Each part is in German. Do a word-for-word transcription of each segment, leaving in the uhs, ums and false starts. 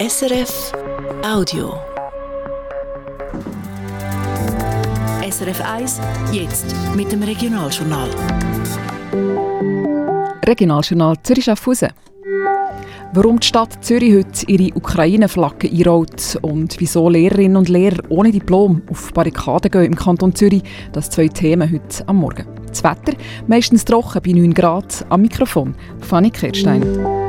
S R F Audio. S R F eins, jetzt mit dem Regionaljournal. Regionaljournal Zürich-Schaffhausen. Warum die Stadt Zürich heute ihre Ukraine-Flagge einrollt und wieso Lehrerinnen und Lehrer ohne Diplom auf Barrikaden gehen im Kanton Zürich, das zwei Themen heute am Morgen. Das Wetter, meistens trocken bei neun Grad, am Mikrofon Fanny Kirstein.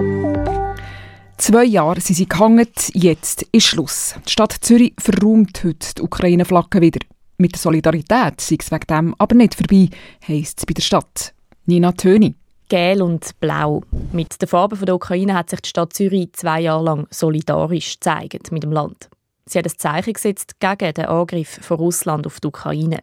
Zwei Jahre sind sie gehangen, jetzt ist Schluss. Die Stadt Zürich verräumt heute die Ukraine-Flagge wieder. Mit der Solidarität sei es wegen dem aber nicht vorbei, heisst es bei der Stadt. Nina Töni. Gel und Blau. Mit den Farben der Ukraine hat sich die Stadt Zürich zwei Jahre lang solidarisch gezeigt mit dem Land. Sie hat ein Zeichen gesetzt gegen den Angriff von Russland auf die Ukraine.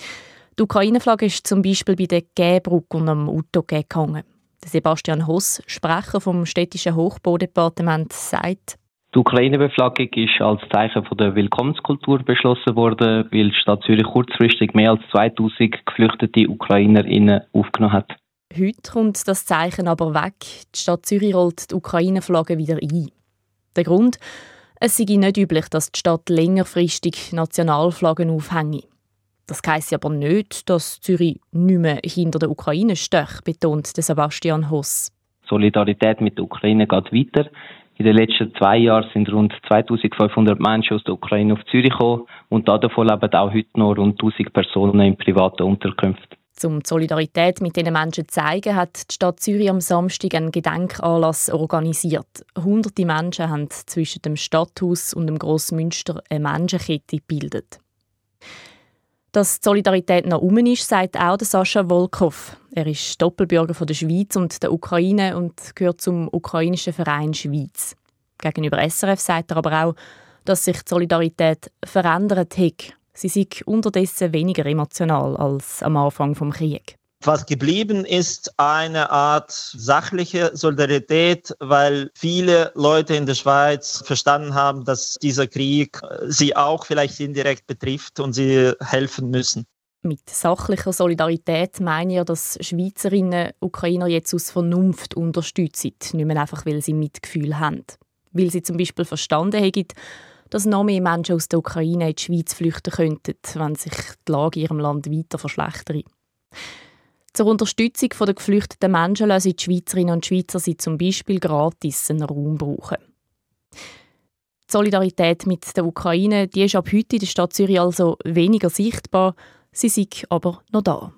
Die Ukraine-Flagge ist zum Beispiel bei der Gäbrücke und am Uttoge gehangen. Sebastian Hoss, Sprecher vom städtischen Hochbaudepartement, sagt: Die Ukraine-Beflaggung ist als Zeichen von der Willkommenskultur beschlossen worden, weil die Stadt Zürich kurzfristig mehr als zweitausend geflüchtete UkrainerInnen aufgenommen hat. Heute kommt das Zeichen aber weg. Die Stadt Zürich rollt die Ukraine-Flagge wieder ein. Der Grund? Es sei nicht üblich, dass die Stadt längerfristig Nationalflaggen aufhänge. Das heisst aber nicht, dass Zürich nicht mehr hinter der Ukraine steht, betont Sebastian Hoss. Solidarität mit der Ukraine geht weiter. In den letzten zwei Jahren sind rund zweitausendfünfhundert Menschen aus der Ukraine auf Zürich gekommen und davon leben auch heute noch rund tausend Personen in privaten Unterkünften. Um die Solidarität mit diesen Menschen zu zeigen, hat die Stadt Zürich am Samstag einen Gedenkanlass organisiert. Hunderte Menschen haben zwischen dem Stadthaus und dem Grossmünster eine Menschenkette gebildet. Dass die Solidarität noch rum ist, sagt auch Sascha Volkov. Er ist Doppelbürger von der Schweiz und der Ukraine und gehört zum ukrainischen Verein Schweiz. Gegenüber S R F sagt er aber auch, dass sich die Solidarität verändert hat. Sie sei unterdessen weniger emotional als am Anfang des Krieges. Was geblieben ist, eine Art sachliche Solidarität, weil viele Leute in der Schweiz verstanden haben, dass dieser Krieg sie auch vielleicht indirekt betrifft und sie helfen müssen. Mit sachlicher Solidarität meine ich, dass Schweizerinnen Ukrainer jetzt aus Vernunft unterstützen, nicht mehr einfach, weil sie Mitgefühl haben. Weil sie zum Beispiel verstanden haben, dass noch mehr Menschen aus der Ukraine in die Schweiz flüchten könnten, wenn sich die Lage in ihrem Land weiter verschlechtere. Zur Unterstützung der geflüchteten Menschen lassen die Schweizerinnen und Schweizer sie zum Beispiel gratis einen Raum brauchen. Die Solidarität mit der Ukraine, die ist ab heute in der Stadt Zürich also weniger sichtbar, sie ist aber noch da.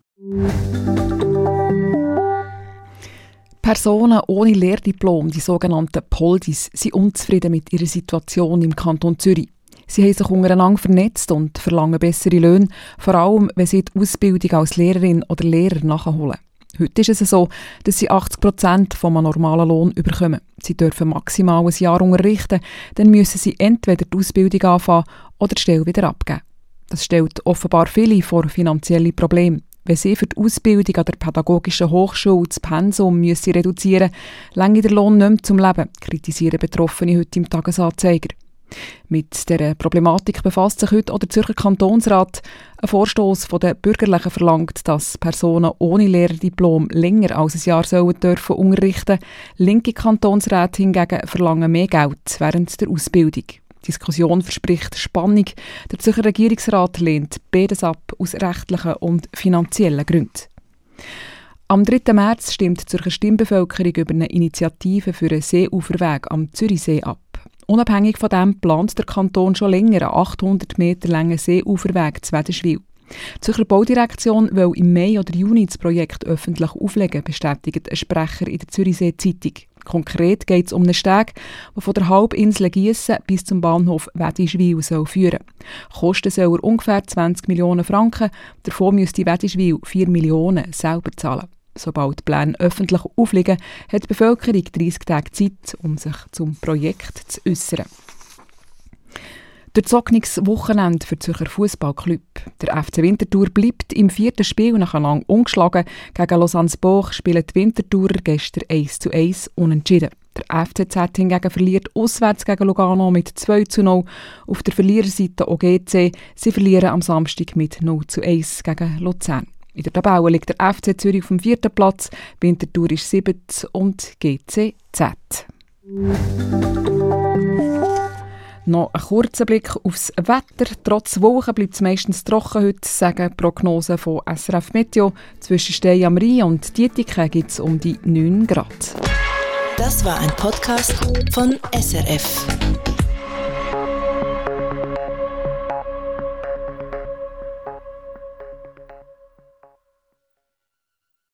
Personen ohne Lehrdiplom, die sogenannten Poldis, sind unzufrieden mit ihrer Situation im Kanton Zürich. Sie haben sich untereinander vernetzt und verlangen bessere Löhne, vor allem wenn sie die Ausbildung als Lehrerin oder Lehrer nachholen. Heute ist es so, dass sie achtzig Prozent vom normalen Lohn bekommen. Sie dürfen maximal ein Jahr unterrichten, dann müssen sie entweder die Ausbildung anfangen oder die Stelle wieder abgeben. Das stellt offenbar viele vor finanzielle Probleme. Wenn sie für die Ausbildung an der Pädagogischen Hochschule das Pensum müssen reduzieren müssen, reicht der Lohn nicht mehr zum Leben, kritisieren Betroffene heute im Tagesanzeiger. Mit dieser Problematik befasst sich heute auch der Zürcher Kantonsrat. Ein Vorstoss von den Bürgerlichen verlangt, dass Personen ohne Lehrerdiplom länger als ein Jahr sollen dürfen unterrichten. Linke Kantonsräte hingegen verlangen mehr Geld während der Ausbildung. Die Diskussion verspricht Spannung. Der Zürcher Regierungsrat lehnt beides ab aus rechtlichen und finanziellen Gründen. Am dritten März stimmt die Zürcher Stimmbevölkerung über eine Initiative für einen Seeuferweg am Zürichsee ab. Unabhängig von dem plant der Kanton schon länger einen achthundert Meter langen Seeuferweg zu Wädenswil. Die Zürcher Baudirektion will im Mai oder Juni das Projekt öffentlich auflegen, bestätigt ein Sprecher in der Zürichsee-Zeitung. Konkret geht es um einen Steg, der von der Halbinsel Giessen bis zum Bahnhof Wädenswil soll führen. Kosten soll er ungefähr zwanzig Millionen Franken, davon müsste Wädenswil vier Millionen selber zahlen. Sobald die Pläne öffentlich aufliegen, hat die Bevölkerung dreissig Tage Zeit, um sich zum Projekt zu äußern. Durchzogenes Wochenende für den Zürcher Fußballclub. Der F C Winterthur bleibt im vierten Spiel nacheinander ungeschlagen. Gegen Lausanne-Boch spielen die Winterthurer gestern eins zu eins unentschieden. Der F C Z hingegen verliert auswärts gegen Lugano mit zwei zu null. Auf der Verliererseite O G C. Sie verlieren am Samstag mit null zu eins gegen Luzern. In der Tabelle liegt der F C Zürich auf dem vierten Platz, Winterthur ist siebter und G C Z. Noch ein kurzer Blick aufs Wetter. Trotz Wolken bleibt es meistens trocken heute, sagen Prognosen von S R F Meteo. Zwischen Stein am Rhein und Dietiken gibt es um die neun Grad. Das war ein Podcast von S R F.